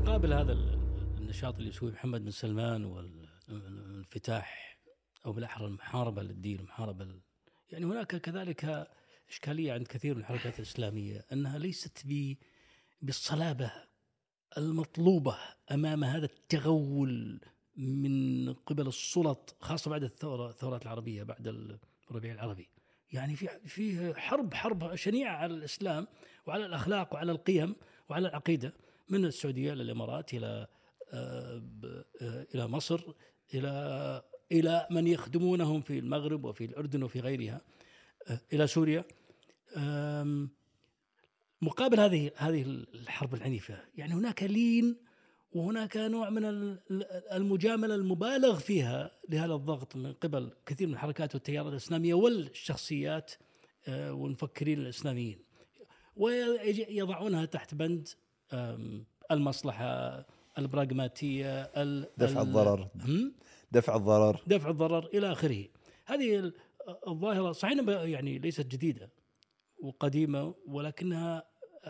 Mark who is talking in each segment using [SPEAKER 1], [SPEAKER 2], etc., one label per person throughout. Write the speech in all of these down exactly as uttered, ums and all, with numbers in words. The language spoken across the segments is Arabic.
[SPEAKER 1] مقابل هذا النشاط اللي يسويه محمد بن سلمان والانفتاح أو بالأحرى المحاربة للدين المحاربة ل... يعني هناك كذلك إشكالية عند كثير من الحركات الإسلامية أنها ليست ب... بالصلابة المطلوبة أمام هذا التغول من قبل السلط، خاصة بعد الثورة الثورات العربية بعد الربيع العربي. يعني في في حرب حرب شنيعة على الإسلام وعلى الأخلاق وعلى القيم وعلى العقيدة، من السعودية إلى الإمارات إلى إلى مصر إلى إلى من يخدمونهم في المغرب وفي الأردن وفي غيرها إلى سوريا. مقابل هذه هذه الحرب العنيفة يعني هناك لين وهناك نوع من المجاملة المبالغ فيها لهذا الضغط من قبل كثير من الحركات والتيارات الإسلامية والشخصيات والمفكرين الإسلاميين، ويضعونها تحت بند المصلحة البراغماتية،
[SPEAKER 2] دفع الضرر دفع الضرر
[SPEAKER 1] دفع الضرر إلى آخره. هذه الظاهرة صحيح يعني ليست جديدة وقديمة، ولكنها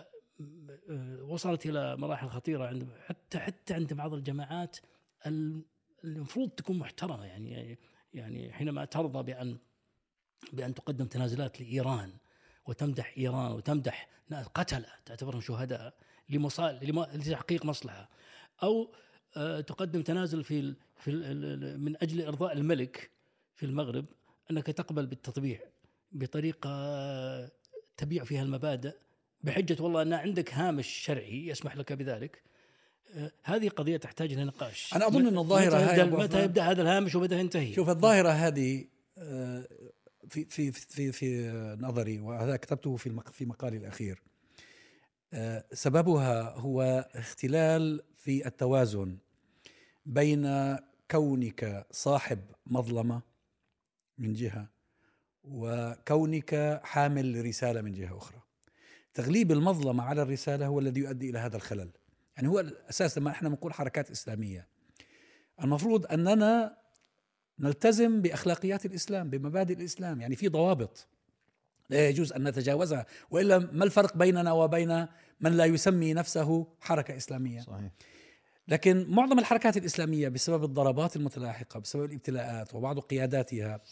[SPEAKER 1] وصلت إلى مراحل خطيرة عند حتى حتى عند بعض الجماعات المفروض تكون محترمة. يعني يعني حينما ترضى بأن بأن تقدم تنازلات لإيران وتمدح إيران وتمدح قتلة تعتبرهم شهداء لتحقيق مصلحة، أو تقدم تنازل في في من أجل إرضاء الملك في المغرب، أنك تقبل بالتطبيع بطريقة تبيع فيها المبادئ بحجة والله أن عندك هامش شرعي يسمح لك بذلك. هذه قضية تحتاج إلى نقاش.
[SPEAKER 3] أنا أظن أن الظاهرة
[SPEAKER 1] هذه متى يبدأ هذا الهامش ومتى ينتهي.
[SPEAKER 3] شوف الظاهرة هذه في في في في نظري، وهذا كتبته في في مقالي الأخير، سببها هو اختلال في التوازن بين كونك صاحب مظلمة من جهة وكونك حامل رسالة من جهة أخرى. تغليب المظلمة على الرسالة هو الذي يؤدي إلى هذا الخلل. يعني هو الأساس لما احنا نقول حركات إسلامية، المفروض أننا نلتزم بأخلاقيات الإسلام، بمبادئ الإسلام، يعني في ضوابط لا يجوز أن نتجاوزها، وإلا ما الفرق بيننا وبين من لا يسمي نفسه حركة إسلامية؟ صحيح. لكن معظم الحركات الإسلامية بسبب الضربات المتلاحقة، بسبب الابتلاءات وبعض قياداتها،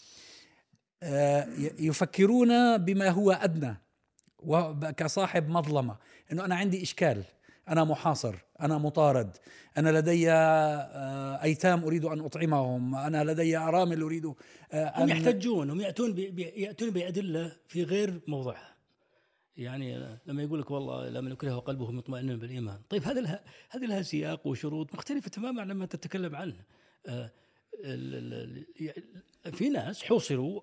[SPEAKER 3] يفكرون بما هو أدنى، وكصاحب مظلمة إنه أنا عندي إشكال، أنا محاصر، أنا مطارد، أنا لدي أيتام أريد أن أطعمهم، أنا لدي أرامل أريد أن
[SPEAKER 1] هم يحتجون، هم يأتون يأتون بأدلة في غير موضعها. يعني لما يقول لك والله لمن يكره قلبه مطمئن بالإيمان، طيب هذا لها هذه لها سياق وشروط مختلفة تماما لما تتكلم عنه. في ناس حوصروا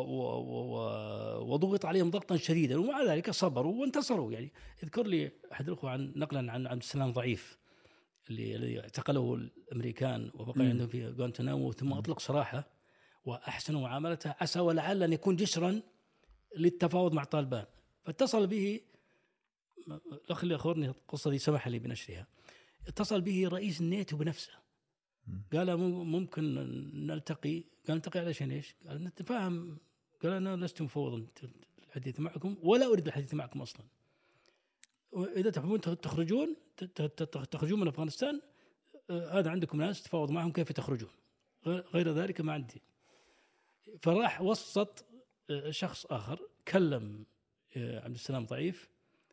[SPEAKER 1] وضغط عليهم ضغطا شديدا ومع ذلك صبروا وانتصروا. يعني اذكر لي أحد الأخوة عن نقلا عن عبد السلام ضعيف اللي الذي اعتقله الأمريكان وبقي م. عندهم في غوانتنامو، ثم أطلق سراحه وأحسنوا معاملته، عسى ولعل أن يكون جسرا للتفاوض مع طالبان. فاتصل به الأخ اللي أخبرني القصة دي سمح لي بنشرها، اتصل به رئيس الناتو بنفسه، قال ممكن نلتقي. قال نلتقي علشان ايش؟ قال نتفاهم. قال انا لست مفوضا الحديث معكم ولا اريد الحديث معكم اصلا، واذا تحبون تخرجون تخرجون من افغانستان هذا عندكم ناس تفاوض معهم كيف تخرجون، غير ذلك ما عندي. فراح وسط شخص اخر كلم عبد السلام ضعيف،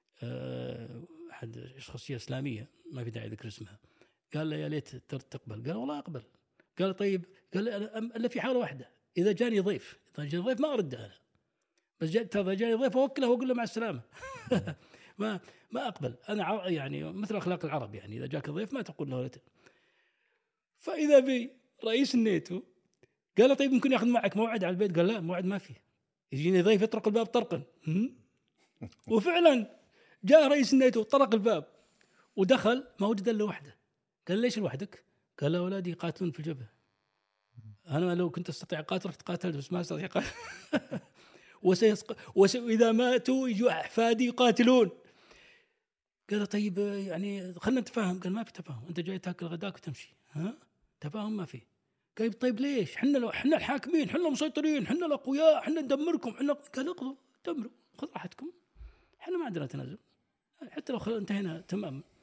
[SPEAKER 1] احد شخصيه اسلاميه ما في داعي ذكر اسمها، قال له يا ليت تقبل. قال والله أقبل. قال طيب، قال إلا في حالة واحدة، إذا جاني ضيف، إذا جاني ضيف ما أرد أنا، بس جاء إذا جاني ضيف أوكله وأقول له مع السلامة. ما ما أقبل أنا، يعني مثل أخلاق العرب، يعني إذا جاك ضيف ما تقول له لت. فإذا بي رئيس الناتو قال له طيب ممكن يأخذ معك موعد على البيت؟ قال لا موعد ما فيه، يجيني ضيف يطرق الباب طرقا. وفعلا جاء رئيس الناتو طرق الباب ودخل، ما وجد إلا وحده. قال ليش لوحدك؟ قال لا أولادي يقاتلون في الجبهة، أنا لو كنت أستطيع قاتل رحت قاتلت، بس ما أستطيع قاتل. وسيسق... وس... وإذا ماتوا يجوا أحفادي يقاتلون. قال طيب يعني خلنا نتفاهم. قال ما في تفاهم، أنت جاي تأكل غداك وتمشي، ها تفاهم ما في. قال طيب ليش؟ حنا لو حنا الحاكمين، حنا مسيطرين، حنا الأقوياء، حنا ندمركم، حنا. قال اقضوا دمروا، خذ راحتكم، حنا ما عندنا تنازل، حتى لو انتهينا تمام.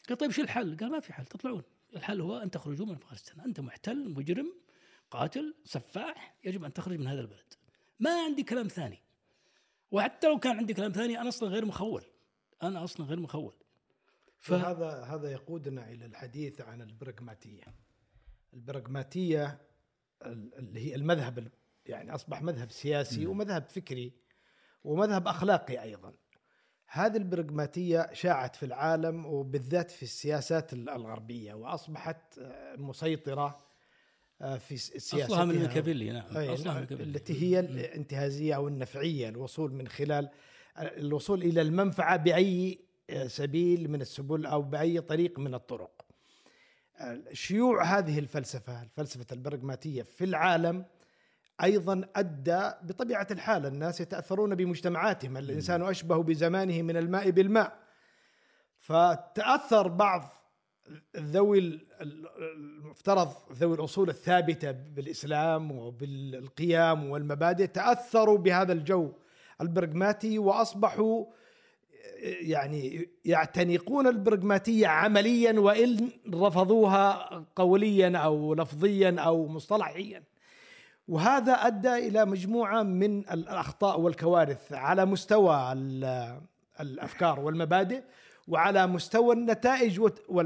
[SPEAKER 1] قال طيب شو الحل؟ قال ما في حل، تطلعون. الحل هو أن تخرجوا من أفغانستان، أنت محتل مجرم قاتل سفاح، يجب أن تخرج من هذا البلد، ما عندي كلام ثاني. وحتى لو كان عندي كلام ثاني أنا أصلا غير مخول، أنا أصلا غير مخول.
[SPEAKER 4] فهذا هذا يقودنا إلى الحديث عن البراغماتية. البراغماتية اللي هي المذهب، يعني أصبح مذهب سياسي ومذهب فكري ومذهب أخلاقي أيضا. هذه البراغماتية شاعت في العالم وبالذات في السياسات الغربية، وأصبحت مسيطرة في سياستها.
[SPEAKER 1] أصلها من ميكافيلي. نعم
[SPEAKER 4] أصلها من ميكافيلي، التي هي الانتهازية أو النفعية، الوصول من خلال الوصول إلى المنفعة بأي سبيل من السبل أو بأي طريق من الطرق. شيوع هذه الفلسفة، الفلسفة البراغماتية في العالم أيضا أدى بطبيعة الحال الناس يتأثرون بمجتمعاتهم، الإنسان أشبه بزمانه من الماء بالماء، فتأثر بعض ذوي المفترض ذوي الأصول الثابتة بالإسلام وبالقيام والمبادئ، تأثروا بهذا الجو البراغماتي وأصبحوا يعني يعتنقون البراغماتية عمليا وإن رفضوها قوليا أو لفظيا أو مصطلحيا. وهذا أدى إلى مجموعة من الأخطاء والكوارث على مستوى الأفكار والمبادئ، وعلى مستوى النتائج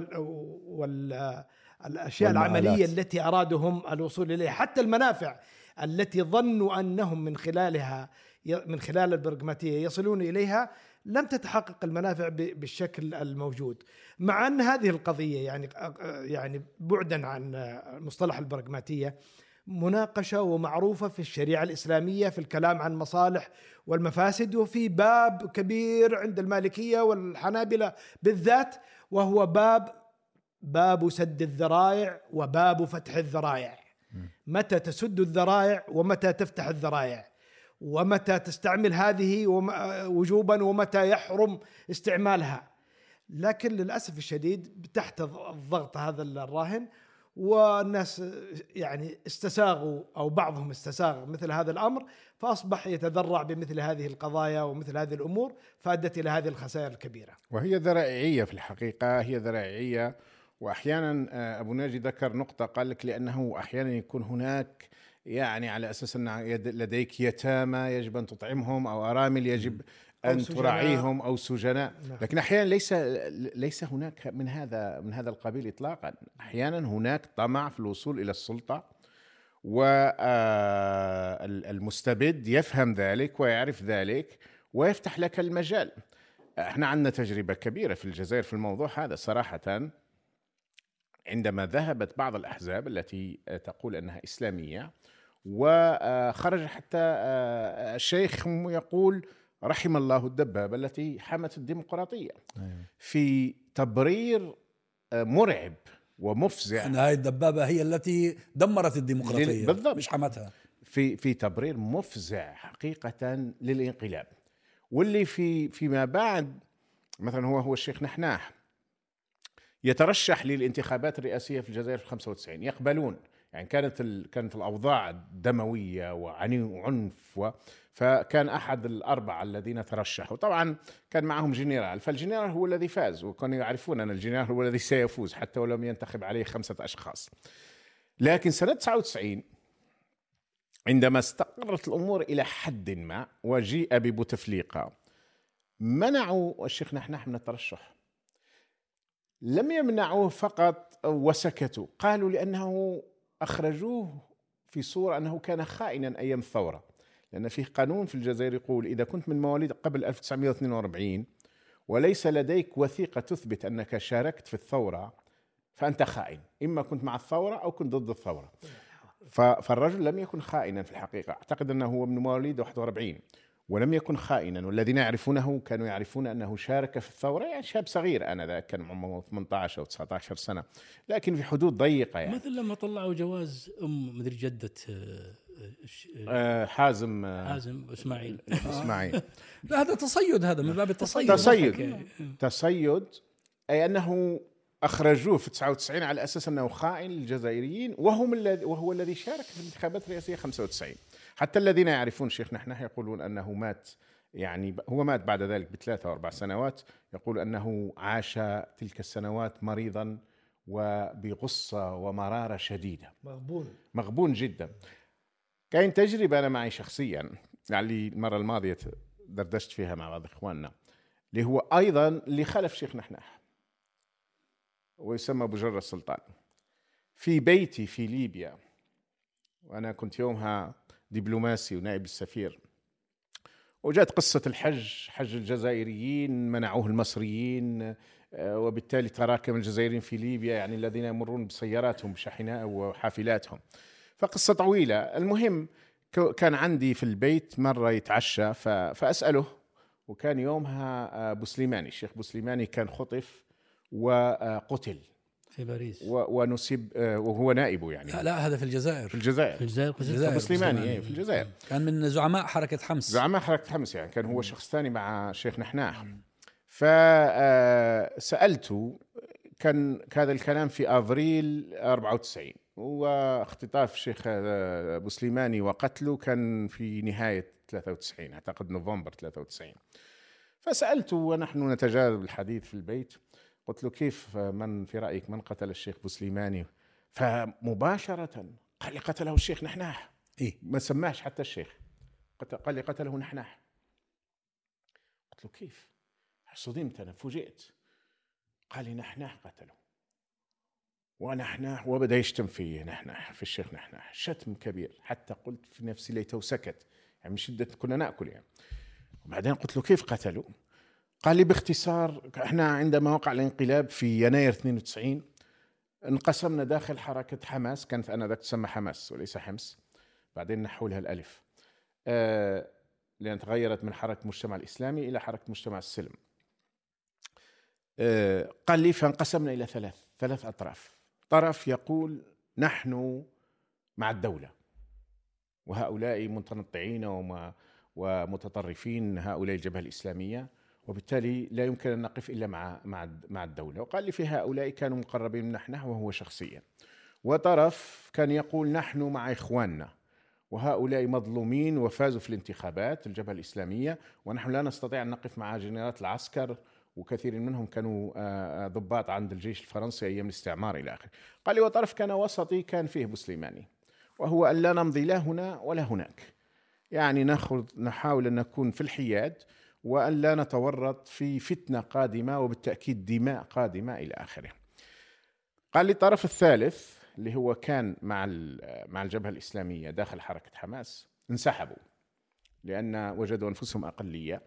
[SPEAKER 4] والأشياء العملية التي أرادوا هم الوصول إليها. حتى المنافع التي ظنوا أنهم من خلالها من خلال البراغماتية يصلون إليها لم تتحقق المنافع بالشكل الموجود. مع أن هذه القضية يعني يعني بعدا عن مصطلح البراغماتية مناقشة ومعروفة في الشريعة الإسلامية في الكلام عن مصالح والمفاسد، وفي باب كبير عند المالكية والحنابلة بالذات، وهو باب باب سد الذرائع وباب فتح الذرائع. متى تسد الذرائع ومتى تفتح الذرائع، ومتى تستعمل هذه وجوبا ومتى يحرم استعمالها. لكن للأسف الشديد تحت الضغط هذا الراهن، والناس يعني استساغوا أو بعضهم استساغ مثل هذا الأمر، فأصبح يتذرع بمثل هذه القضايا ومثل هذه الأمور، فأدت إلى هذه الخسائر الكبيرة.
[SPEAKER 5] وهي ذرائعية في الحقيقة، هي ذرائعية. وأحيانا أبو ناجي ذكر نقطة، قال لك لأنه أحيانا يكون هناك يعني على أساس أن لديك يتامى يجب أن تطعمهم، أو أرامل يجب أن تراعيهم، أو سجناء. لكن أحيانا ليس ليس هناك من هذا من هذا القبيل إطلاقا. أحيانا هناك طمع في الوصول إلى السلطة، والمستبد يفهم ذلك ويعرف ذلك ويفتح لك المجال. احنا عندنا تجربة كبيرة في الجزائر في الموضوع هذا صراحة، عندما ذهبت بعض الأحزاب التي تقول أنها إسلامية، وخرج حتى الشيخ يقول رحم الله الدبابة التي حمت الديمقراطية في تبرير مرعب ومفزع.
[SPEAKER 3] أن هاي الدبابة هي التي دمرت الديمقراطية
[SPEAKER 5] بالضبط،
[SPEAKER 3] مش حمتها.
[SPEAKER 5] في في تبرير مفزع حقيقة للانقلاب. واللي في فيما بعد مثلا هو هو الشيخ نحناح يترشح للانتخابات الرئاسية في الجزائر في خمسة وتسعين، يقبلون، يعني كانت كانت الأوضاع دموية وعنف، و فكان أحد الأربعة الذين ترشحوا. طبعا كان معهم جنرال، فالجنرال هو الذي فاز، وكانوا يعرفون أن الجنرال هو الذي سيفوز حتى ولم ينتخب عليه خمسة أشخاص. لكن سنة تسعة وتسعين عندما استقرت الأمور إلى حد ما وجيء ببوتفليقة، منعوا الشيخ نحناح من الترشح. لم يمنعوه فقط وسكتوا، قالوا لأنه أخرجوه في صورة أنه كان خائنا أيام الثورة، لأن فيه قانون في الجزائر يقول إذا كنت من مواليد قبل ألف وتسعمائة واثنين وأربعين وليس لديك وثيقة تثبت أنك شاركت في الثورة فأنت خائن، إما كنت مع الثورة أو كنت ضد الثورة. فالرجل لم يكن خائنا في الحقيقة، أعتقد أنه هو من مواليد واحد وأربعين ولم يكن خائنا، والذين يعرفونه كانوا يعرفون أنه شارك في الثورة، يعني شاب صغير أنا ذا كان عمره ثمانية عشر أو تسعة عشر سنة، لكن في حدود ضيقة. يعني
[SPEAKER 1] مثل لما طلعوا جواز أم مدري جدة
[SPEAKER 5] آه حازم
[SPEAKER 1] حازم إسماعيل
[SPEAKER 5] إسماعيل
[SPEAKER 3] لا هذا تصيد، هذا من باب التصيد.
[SPEAKER 5] تصيد تصيد أي أنه أخرجوه في تسعة وتسعين على أساس أنه خائن للجزائريين، وهم الذي وهو الذي شارك في الانتخابات الرئاسية خمسة وتسعين. حتى الذين يعرفون شيخ نحناح يقولون أنه مات يعني هو مات بعد ذلك بثلاثة أو أربع سنوات. يقول أنه عاش تلك السنوات مريضا وبغصة ومرارة شديدة،
[SPEAKER 4] مغبون
[SPEAKER 5] مغبون جدا. كاين تجربة أنا معي شخصيا، يعني المرة الماضية دردشت فيها مع بعض إخواننا، اللي هو أيضا اللي خلف شيخ نحناح ويسمى أبو جرة السلطان. في بيتي في ليبيا، وأنا كنت يومها دبلوماسي ونائب السفير، وجاءت قصة الحج، حج الجزائريين منعوه المصريين، وبالتالي تراكم الجزائريين في ليبيا، يعني الذين يمرون بسياراتهم بشاحنات وحافلاتهم. فقصة طويلة. المهم كان عندي في البيت مرة يتعشى فأسأله، وكان يومها بوسليماني، الشيخ بوسليماني كان خطف وقتل
[SPEAKER 1] في باريس
[SPEAKER 5] ونسب وهو نائبه يعني.
[SPEAKER 3] لا, لا هذا في الجزائر.
[SPEAKER 5] في الجزائر
[SPEAKER 1] في الجزائر,
[SPEAKER 3] في الجزائر.
[SPEAKER 5] بوسليماني في الجزائر
[SPEAKER 3] كان من زعماء حركة حمص.
[SPEAKER 5] زعماء حركة حمص يعني، كان هو شخص ثاني مع الشيخ نحناح. فسألته، كان هذا الكلام في أفريل أربعة وتسعين، واختطاف الشيخ بوسليماني وقتله كان في نهاية ثلاثة وتسعين، أعتقد نوفمبر ثلاثة وتسعين. فسألته ونحن نتجاذب الحديث في البيت، قلت له كيف، من في رأيك من قتل الشيخ بوسليماني؟ فمباشرة قال لي قتله الشيخ نحناح.
[SPEAKER 3] إيه؟
[SPEAKER 5] ما سماش حتى الشيخ، قال لي قتله نحناح. قلت له كيف؟ صدمت أنا، فوجئت. قال لي نحناح قتله، ونحناح، وبدأ يشتم في نحناح، في الشيخ نحناح، شتم كبير، حتى قلت في نفسي ليته سكت، يعني من شدة كنا نأكل يعني. وبعدين قلت له كيف قتله؟ قال لي باختصار، احنا عندما وقع الانقلاب في يناير اثنين وتسعين انقسمنا داخل حركة حماس، كانت أنا ذاك تسمى حماس وليس حمص، بعدين نحوا لها الألف آه لأن تغيرت من حركة المجتمع الإسلامي إلى حركة مجتمع السلم. آه قال لي فانقسمنا إلى ثلاث ثلاث أطراف، طرف يقول نحن مع الدولة، وهؤلاء متنطعين وما ومتطرفين، هؤلاء الجبهة الإسلامية، وبالتالي لا يمكن أن نقف إلا مع مع مع الدولة. وقال لي في هؤلاء كانوا مقربين من نحن وهو شخصيا، وطرف كان يقول نحن مع إخواننا، وهؤلاء مظلومين وفازوا في الانتخابات الجبهة الإسلامية، ونحن لا نستطيع أن نقف مع جنرالات العسكر، وكثير منهم كانوا ضباط عند الجيش الفرنسي أيام الاستعمار إلى آخره. قال لي وطرف كان وسطي كان فيه بوسليماني، وهو أن لا نمضي لا هنا ولا هناك، يعني نأخذ نحاول أن نكون في الحياد، وأن لا نتورط في فتنة قادمة وبالتأكيد دماء قادمة إلى آخره. قال لي الطرف الثالث اللي هو كان مع مع الجبهة الإسلامية داخل حركة حماس انسحبوا لأن وجدوا أنفسهم أقلية،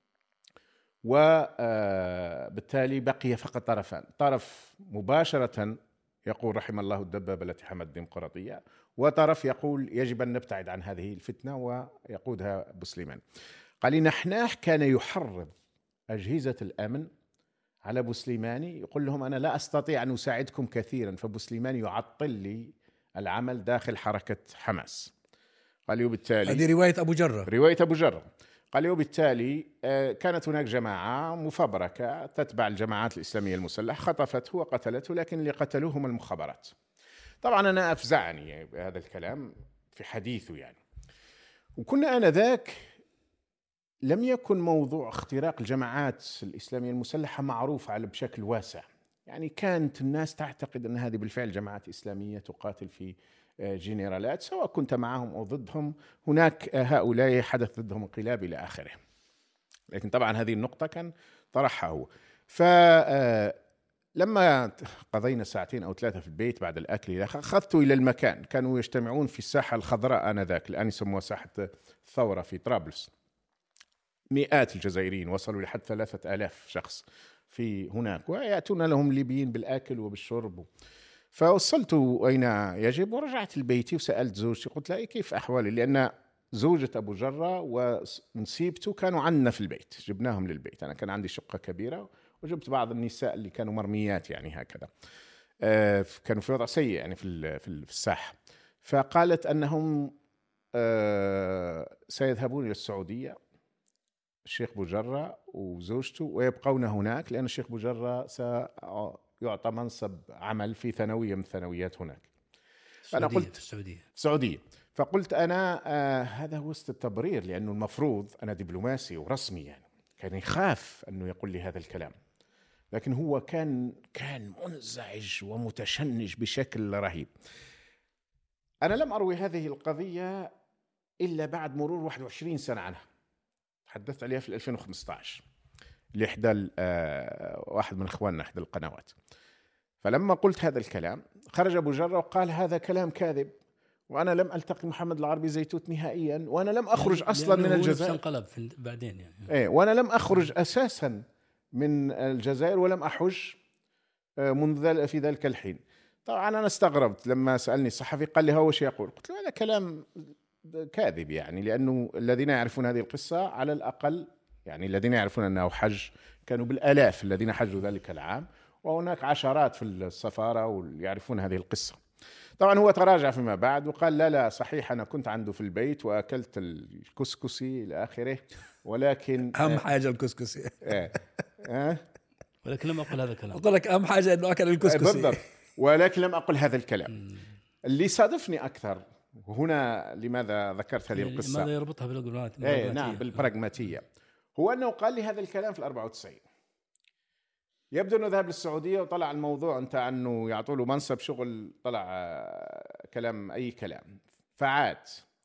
[SPEAKER 5] وبالتالي بقي فقط طرفان، طرف مباشرة يقول رحم الله الدبابة التي حمت الديمقراطية، وطرف يقول يجب أن نبتعد عن هذه الفتنة ويقودها بوسليمان. قال لي نحناح كان يحرض أجهزة الأمن على بوسليماني، يقول لهم أنا لا أستطيع أن أساعدكم كثيرا، فبوسليماني يعطل لي العمل داخل حركة حماس. قال لي وبالتالي
[SPEAKER 3] هذه رواية أبو جرة
[SPEAKER 5] رواية أبو جرة قال لي وبالتالي كانت هناك جماعة مفبركة تتبع الجماعات الإسلامية المسلحة خطفته وقتلته، لكن اللي قتلوه هم المخابرات. طبعا أنا أفزعني هذا الكلام في حديثه يعني. وكنا آنذاك لم يكن موضوع اختراق الجماعات الإسلامية المسلحة معروف على بشكل واسع، يعني كانت الناس تعتقد أن هذه بالفعل جماعات إسلامية تقاتل في جنرالات، سواء كنت معهم أو ضدهم، هناك هؤلاء حدث ضدهم انقلاب إلى آخره. لكن طبعا هذه النقطة كان طرحها هو. فلما قضينا ساعتين أو ثلاثة في البيت بعد الأكل أخذت إلى المكان، كانوا يجتمعون في الساحة الخضراء آنذاك، الآن يسموها ساحة الثورة في طرابلس. مئات الجزائريين وصلوا لحد ثلاثة آلاف شخص في هناك، ويأتون لهم ليبيين بالآكل وبالشرب. فوصلت أين يجب ورجعت لبيتي وسألت زوجتي، قلت لها كيف أحوالي، لأن زوجة أبو جرة ونسيبته كانوا عندنا في البيت، جبناهم للبيت. أنا كان عندي شقة كبيرة وجبت بعض النساء اللي كانوا مرميات يعني هكذا، كانوا في وضع سيء يعني في في الساحة. فقالت أنهم سيذهبون إلى السعودية، الشيخ بوجرة وزوجته، ويبقون هناك لأن الشيخ بوجرة سيعطى منصب عمل في ثانوية من الثانويات هناك.
[SPEAKER 1] أنا قلت في السعودية
[SPEAKER 5] السعودية فقلت أنا آه هذا هو التبرير، لأنه المفروض أنا دبلوماسي ورسمي، يعني كان يخاف أنه يقول لي هذا الكلام، لكن هو كان كان منزعج ومتشنج بشكل رهيب. أنا لم أروي هذه القضية إلا بعد مرور واحد وعشرين سنة عنها، تحدثت عليها في ألفين وخمسة عشر لإحدى آه واحد من إخواننا إحدى القنوات. فلما قلت هذا الكلام خرج أبو جرة وقال هذا كلام كاذب، وأنا لم ألتقي محمد العربي زيتوت نهائيا، وأنا لم أخرج أصلا من الجزائر.
[SPEAKER 1] انقلب بعدين يعني.
[SPEAKER 5] إيه، وأنا لم أخرج أساسا من الجزائر ولم أحج منذ في ذلك الحين. طبعا أنا استغربت لما سألني الصحفي قال لي هو شيء يقول، قلت له هذا كلام كاذب، يعني لأنه الذين يعرفون هذه القصة على الأقل، يعني الذين يعرفون أنه حج كانوا بالآلاف الذين حجوا ذلك العام، وهناك عشرات في السفارة ويعرفون هذه القصة. طبعا هو تراجع فيما بعد وقال لا لا صحيح أنا كنت عنده في البيت وأكلت الكسكسي إلى آخره، ولكن
[SPEAKER 3] أهم حاجة الكسكسي.
[SPEAKER 5] آه آه
[SPEAKER 1] ولكن لم أقل هذا الكلام.
[SPEAKER 3] أقول لك أهم حاجة إنه أكل الكسكسي.
[SPEAKER 5] بالضبط، ولكن لم أقل هذا الكلام. اللي صادفني أكثر هنا، لماذا ذكرت هذه القصة؟
[SPEAKER 1] ماذا يربطها بالبراغماتية؟
[SPEAKER 5] إيه نعم بالبراغماتية، هو أنه قال لي هذا الكلام في الأربعة وتسعين. يبدو أنه ذهب للسعودية وطلع الموضوع أنت أنه يعطوا له منصب شغل، طلع كلام أي كلام. فعاد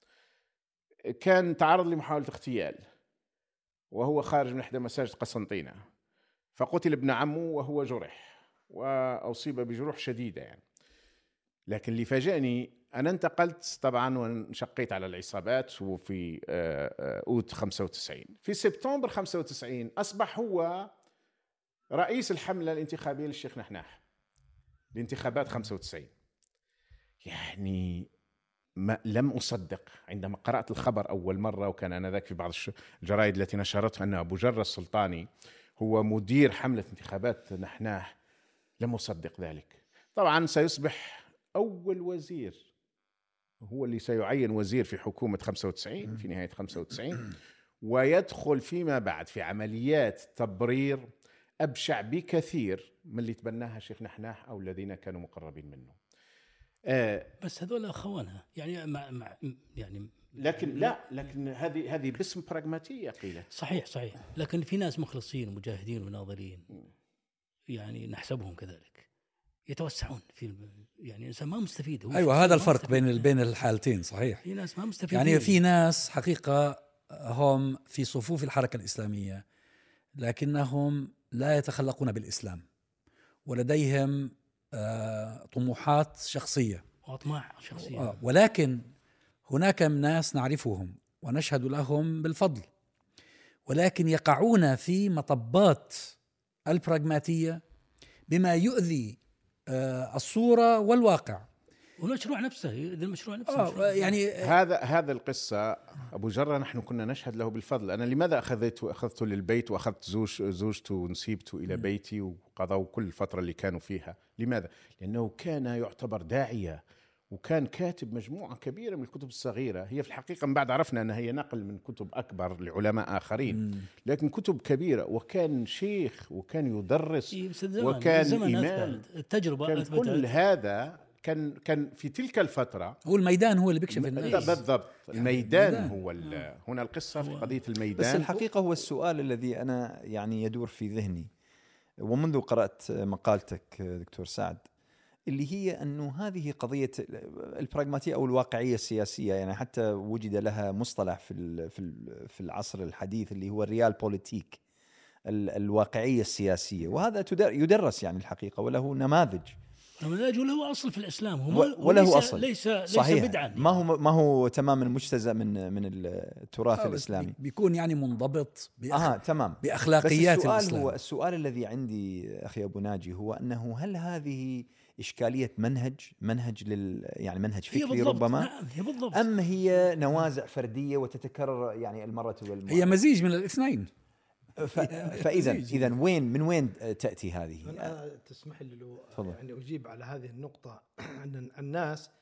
[SPEAKER 5] كان تعرض لمحاولة اغتيال وهو خارج من إحدى مساجد قسنطينة، فقتل ابن عمه وهو جرح وأصيب بجروح شديدة يعني. لكن اللي فاجأني أنا انتقلت طبعا وانشقيت على العصابات، وفي أوت خمسة وتسعين في سبتمبر خمسة وتسعين أصبح هو رئيس الحملة الانتخابية للشيخ نحناح لانتخابات خمسة وتسعين. يعني ما لم أصدق عندما قرأت الخبر أول مرة، وكان آنذاك في بعض الجرائد التي نشرتها أن أبو جرة السلطاني هو مدير حملة انتخابات نحناح. لم أصدق ذلك. طبعا سيصبح أول وزير، هو اللي سيعين وزير في حكومة خمسة وتسعين في نهاية خمسة وتسعين، ويدخل فيما بعد في عمليات تبرير أبشع بكثير من اللي تبناها الشيخ نحناح أو الذين كانوا مقربين منه.
[SPEAKER 1] آه بس هذول أخوانها يعني مع مع يعني
[SPEAKER 5] لكن لا لكن هذه هذه باسم براغماتية قيلت.
[SPEAKER 1] صحيح صحيح، لكن في ناس مخلصين ومجاهدين وناضلين يعني نحسبهم كذلك يتوسعون في يعني الإنسان ما مستفيد. هو
[SPEAKER 3] أيوة هذا الفرق بين بين الحالتين صحيح.
[SPEAKER 1] في ناس ما مستفيدين،
[SPEAKER 3] يعني في ناس حقيقة هم في صفوف الحركة الإسلامية لكنهم لا يتخلقون بالإسلام، ولديهم آه طموحات شخصية
[SPEAKER 1] وأطماع شخصية
[SPEAKER 3] آه ولكن هناك ناس نعرفهم ونشهد لهم بالفضل، ولكن يقعون في مطبات البراغماتية بما يؤذي آه الصورة والواقع
[SPEAKER 1] والمشروع نفسه. إذا المشروع نفسه
[SPEAKER 3] آه
[SPEAKER 1] مشروع.
[SPEAKER 3] يعني
[SPEAKER 5] هذا هذا القصة أبو جرة نحن كنا نشهد له بالفضل. أنا لماذا أخذته أخذته للبيت وأخذت زوج زوجته ونسيبته إلى بيتي وقضوا كل الفترة اللي كانوا فيها؟ لماذا؟ لأنه كان يعتبر داعية وكان كاتب مجموعة كبيرة من الكتب الصغيرة. هي في الحقيقة من بعد عرفنا أنها هي نقل من كتب أكبر لعلماء آخرين، لكن كتب كبيرة، وكان شيخ وكان يدرس وكان إمام.
[SPEAKER 1] التجربة
[SPEAKER 5] كان كل هذا كان كان في تلك الفترة
[SPEAKER 3] هو الميدان هو اللي بيكشف الناس.
[SPEAKER 5] بالضبط، الميدان يعني هو هنا القصة في قضية الميدان.
[SPEAKER 2] بس الحقيقة هو السؤال الذي أنا يعني يدور في ذهني ومنذ قرأت مقالتك دكتور سعد، اللي هي أنه هذه قضية البراغماتية أو الواقعية السياسية، يعني حتى وجد لها مصطلح في في العصر الحديث اللي هو الريال بوليتيك، الواقعية السياسية، وهذا يدرس يعني الحقيقة وله نماذج.
[SPEAKER 1] نماذج وله أصل في الإسلام، هو
[SPEAKER 2] وله أصل
[SPEAKER 1] ليس
[SPEAKER 2] صحيح.
[SPEAKER 1] ليس بدعا،
[SPEAKER 2] ما هو ما هو تماما مجتزأ من من التراث الإسلامي،
[SPEAKER 3] بيكون يعني منضبط بأخ...
[SPEAKER 2] آه تمام
[SPEAKER 3] بأخلاقيات
[SPEAKER 2] بس السؤال
[SPEAKER 3] الإسلام.
[SPEAKER 2] هو السؤال الذي عندي أخي أبو ناجي هو أنه هل هذه إشكالية منهج منهج لل يعني منهج فكري ربما،
[SPEAKER 1] نعم هي بالضبط،
[SPEAKER 2] أم هي نوازع فردية وتتكرر يعني المرة والمرة؟
[SPEAKER 3] هي مزيج من الاثنين.
[SPEAKER 2] ف... فإذا إذا وين من وين تأتي هذه؟
[SPEAKER 4] أنا تسمح لي لو يعني أجيب على هذه النقطة. أن الناس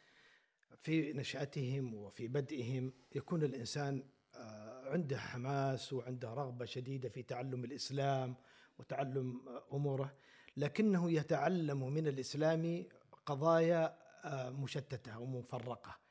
[SPEAKER 4] في نشأتهم وفي بدئهم يكون الإنسان عنده حماس وعنده رغبة شديدة في تعلم الإسلام وتعلم أموره، لكنه يتعلم من الإسلام قضايا مشتتة ومفرقة.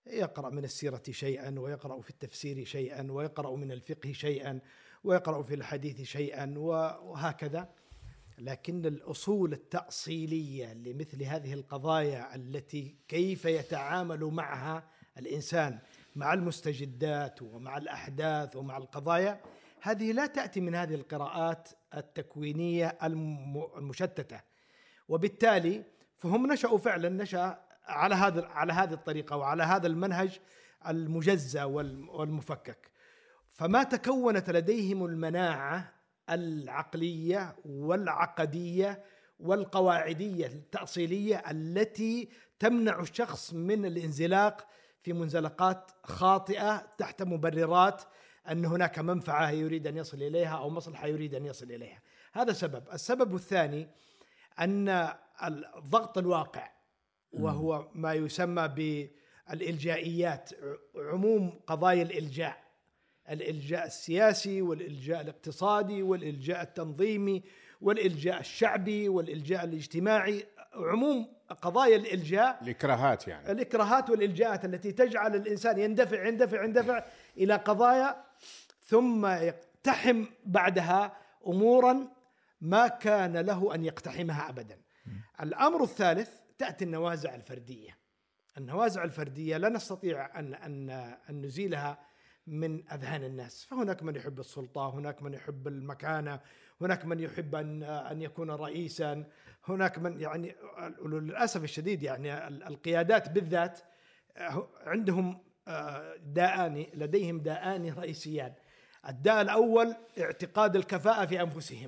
[SPEAKER 4] يقرأ من السيرة شيئا، ويقرأ في التفسير شيئا، ويقرأ من الفقه شيئا، ويقرأ في الحديث شيئا، وهكذا. لكن الأصول التأصيلية لمثل هذه القضايا التي كيف يتعامل معها الإنسان مع المستجدات ومع الأحداث ومع القضايا، هذه لا تأتي من هذه القراءات التكوينية المشتتة. وبالتالي فهم نشأوا فعلا نشأ على هذا على هذه الطريقة وعلى هذا المنهج المجزأ والمفكك، فما تكونت لديهم المناعة العقلية والعقدية والقواعدية التأصيلية التي تمنع الشخص من الانزلاق في منزلقات خاطئة تحت مبررات أن هناك منفعة يريد أن يصل إليها أو مصلحة يريد أن يصل إليها. هذا سبب. السبب الثاني أن الضغط الواقع، وهو ما يسمى بالإلجائيات، عموم قضايا الإلجاء، الإلجاء السياسي والإلجاء الاقتصادي والإلجاء التنظيمي والإلجاء الشعبي والإلجاء الاجتماعي، عموم قضايا الإلجاء،
[SPEAKER 5] الإكراهات يعني
[SPEAKER 4] الإكراهات والإلجاءات التي تجعل الإنسان يندفع يندفع يندفع إلى قضايا ثم يقتحم بعدها أمورا ما كان له أن يقتحمها أبدا. الأمر الثالث تأتي النوازع الفردية. النوازع الفردية لا نستطيع أن أن أن نزيلها من أذهان الناس، فهناك من يحب السلطة، هناك من يحب المكانة، هناك من يحب أن أن يكون رئيسا، هناك من يعني للأسف الشديد يعني القيادات بالذات عندهم داءان، لديهم داءان رئيسيان. الداء الأول اعتقاد الكفاءة في أنفسهم،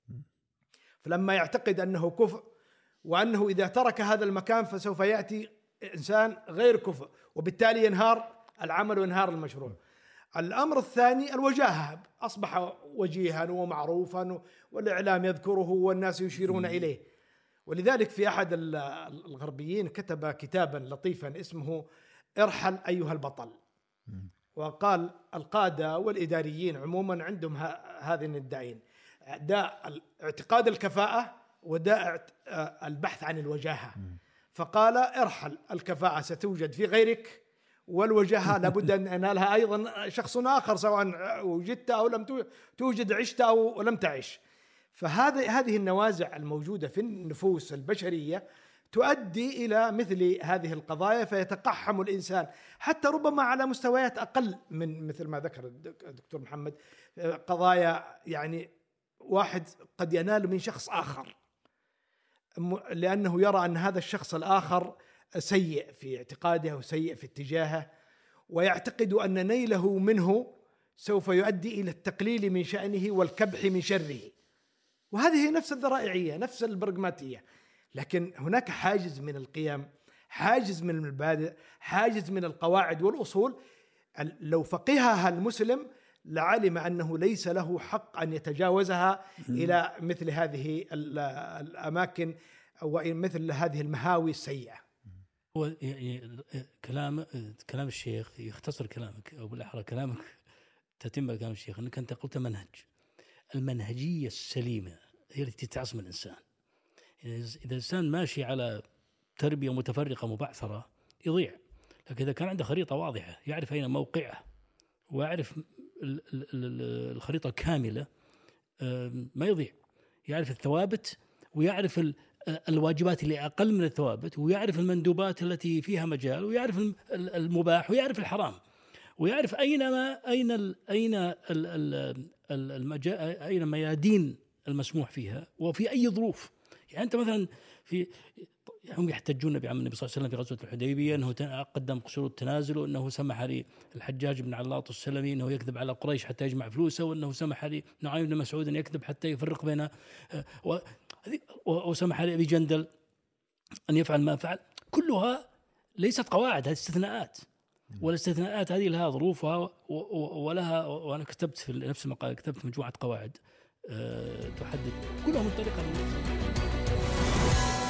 [SPEAKER 4] فلما يعتقد أنه كفء وأنه إذا ترك هذا المكان فسوف يأتي إنسان غير كفء، وبالتالي ينهار العمل وينهار المشروع. الأمر الثاني الوجاهة، أصبح وجيها ومعروفا والإعلام يذكره والناس يشيرون إليه. ولذلك في أحد الغربيين كتب كتابا لطيفا اسمه ارحل أيها البطل، وقال القادة والإداريين عموما عندهم هذين الداعين، داء اعتقاد الكفاءة وداء البحث عن الوجاهة. فقال ارحل، الكفاءة ستوجد في غيرك، والوجاهة لابد أن ينالها أيضا شخص آخر، سواء وجدت أو لم توجد، عشت أو لم تعش. فهذه هذه النوازع الموجودة في النفوس البشرية تؤدي إلى مثل هذه القضايا، فيتقحم الإنسان حتى ربما على مستويات أقل من مثل ما ذكر الدكتور محمد، قضايا يعني واحد قد ينال من شخص آخر لأنه يرى أن هذا الشخص الآخر سيء في اعتقاده وسيء في اتجاهه، ويعتقد أن نيله منه سوف يؤدي إلى التقليل من شأنه والكبح من شره. وهذه نفس الذرائعية، نفس البرغماتية. لكن هناك حاجز من القيم، حاجز من المبادئ، حاجز من القواعد والأصول. لو فقهها المسلم لعلم أنه ليس له حق أن يتجاوزها إلى مثل هذه الأماكن أو مثل هذه المهاوي السيئة.
[SPEAKER 1] هو يعني كلام كلام الشيخ يختصر كلامك، أو بالأحرى كلامك تتم كلام الشيخ، أنك أنت قلت منهج. المنهجية السليمة هي التي تعصم الإنسان. إذا الإنسان ماشي على تربية متفرقة مبعثرة يضيع. لكن إذا كان عنده خريطة واضحة، يعرف أين موقعه ويعرف الخريطة كاملة، ما يضيع. يعرف الثوابت ويعرف الواجبات اللي أقل من الثوابت، ويعرف المندوبات التي فيها مجال، ويعرف المباح، ويعرف الحرام، ويعرف أين ما أين ال أين ال المجال أين ميادين المسموح فيها وفي أي ظروف. يعني أنت مثلا في هم يحتجون بعمل النبي صلى الله عليه وسلم في غزوة الحديبية أنه قدم شروط التنازل، وأنه سمح للحجاج بن علاط السلمي أنه يكذب على قريش حتى يجمع فلوسه، وأنه سمح لنعيم بن مسعود أن يكذب حتى يفرق بين، وسمح لأبي جندل أن يفعل ما فعل. كلها ليست قواعد، هذه استثناءات، والاستثناءات هذه لها ظروفها ولها. وأنا كتبت في نفس المقال، كتبت مجموعة قواعد تحدد كلها من طريقة من